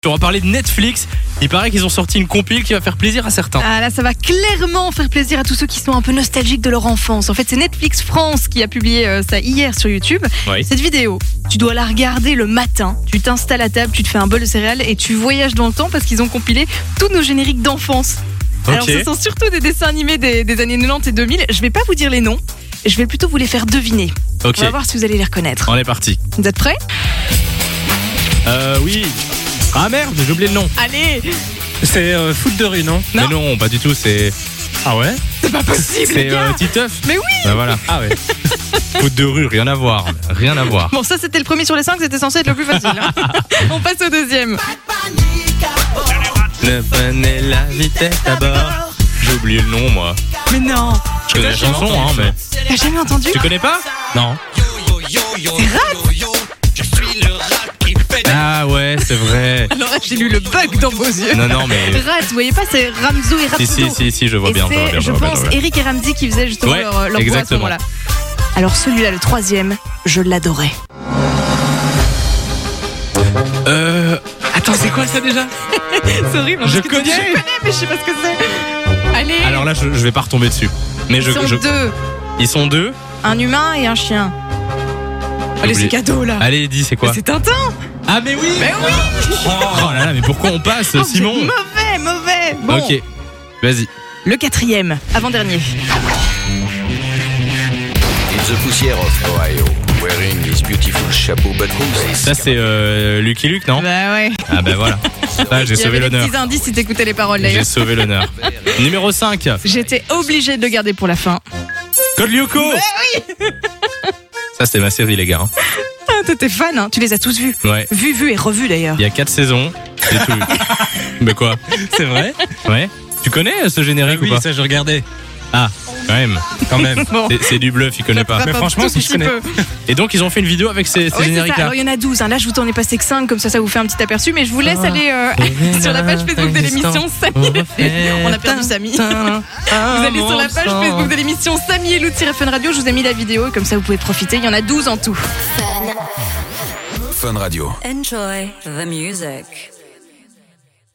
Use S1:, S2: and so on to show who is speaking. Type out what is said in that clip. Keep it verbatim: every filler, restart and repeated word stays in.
S1: On va parler de Netflix. Il paraît qu'ils ont sorti une compile qui va faire plaisir à certains.
S2: Ah là, ça va clairement faire plaisir à tous ceux qui sont un peu nostalgiques de leur enfance. En fait, c'est Netflix France qui a publié euh, ça hier sur YouTube.
S1: Oui.
S2: Cette vidéo, tu dois la regarder le matin. Tu t'installes à table, tu te fais un bol de céréales et tu voyages dans le temps parce qu'ils ont compilé tous nos génériques d'enfance.
S1: Ok.
S2: Alors, ce sont surtout des dessins animés des, des années quatre-vingt-dix et deux mille. Je vais pas vous dire les noms. Je vais plutôt vous les faire deviner.
S1: Ok.
S2: On va voir si vous allez les reconnaître.
S1: On est parti.
S2: Vous êtes prêts ?
S1: Euh, oui. Ah merde, j'ai oublié le nom.
S2: Allez,
S3: C'est euh, foot de rue, non?
S2: Non.
S1: Mais non, pas du tout. C'est
S3: Ah ouais?
S2: c'est pas possible, les
S1: c'est
S2: gars.
S1: euh, Titeuf.
S2: Mais oui.
S1: Bah voilà.
S3: Ah ouais.
S1: Foot de rue, rien à voir. Rien à voir.
S2: Bon, ça c'était le premier sur les cinq, c'était censé être le plus facile. hein. On passe au deuxième.
S1: Ne prenez la vitesse à bord. J'ai oublié le nom, moi.
S2: Mais non,
S1: Je connais la chanson, hein, mais.
S2: t'as jamais entendu ?
S1: Tu connais pas? Non. Ah ouais, c'est vrai.
S2: Alors là, j'ai lu le bug dans vos yeux.
S1: Non, non, mais.
S2: Rat, vous voyez pas, c'est Ramzo et Rapso.
S1: Si, si, si, si, je vois
S2: Et
S1: bien. je vois
S2: c'est,
S1: bien,
S2: je
S1: vois bien,
S2: pense,
S1: vois bien.
S2: Eric et Ramzy qui faisaient justement
S1: Ouais,
S2: leur, leur voix à ce
S1: exactement.
S2: moment-là. Alors celui-là, le troisième, je l'adorais.
S1: Euh. Attends, c'est quoi ça déjà?
S2: C'est horrible. hein,
S1: Je
S2: parce que tu dis,
S1: connais.
S2: Je connais, mais je sais pas ce que c'est. Allez.
S1: Alors là, je, je vais pas retomber dessus. Mais
S2: ils
S1: je,
S2: sont
S1: je-
S2: deux,
S1: Ils sont deux.
S2: un humain et un chien. Allez,
S1: oublié.
S2: c'est cadeau là.
S1: Allez, dis, c'est quoi?
S2: Mais c'est Tintin.
S1: Ah, mais oui!
S2: Mais oui.
S1: Oh là là, mais pourquoi on passe,
S2: Oh, vous
S1: Simon?
S2: êtes mauvais, mauvais. Bon,
S1: Ok, vas-y.
S2: le quatrième, avant-dernier.
S4: In the poussière of Ohio, wearing his beautiful chapeau button.
S1: Ça, c'est euh, Lucky Luke, non?
S2: Bah ouais.
S1: Ah, bah voilà. Ah, j'ai
S2: Il y
S1: sauvé
S2: avait des
S1: l'honneur.
S2: petits indices si t'écoutais les paroles
S1: J'ai
S2: d'ailleurs.
S1: sauvé l'honneur. Numéro cinq.
S2: J'étais obligée de le garder pour la fin.
S1: Code Lyoko. Ça, c'était ma série, les gars.
S2: Ah, t'étais fan, hein. Tu les as tous vus.
S1: Ouais.
S2: Vus, vus et revus d'ailleurs.
S1: Il y a quatre saisons. J'ai tout vu. Mais quoi?
S3: C'est vrai?
S1: Ouais. Tu connais euh, ce générique
S3: Oui,
S1: ou pas?
S3: ça je regardais.
S1: Ah, quand même.
S3: Quand même.
S2: Bon.
S1: C'est- C'est du bluff, il connaît pas.
S3: Mais franchement, si je connais.
S1: Et donc, ils ont fait une vidéo avec ces, ces
S2: Oui, c'est ça.
S1: génériques-là.
S2: Alors, il y en a douze. hein. Là, je vous t'en ai passé que cinq, comme ça, ça vous fait un petit aperçu. Mais je vous laisse aller euh, sur la page Facebook de l'émission Samy. On a perdu Samy. Vous allez sur la page Facebook de l'émission Samy et Lou-Fun Radio. Je vous ai mis la vidéo et comme ça, vous pouvez profiter. Il y en a douze en tout.
S4: Fun Radio.
S5: Enjoy the music.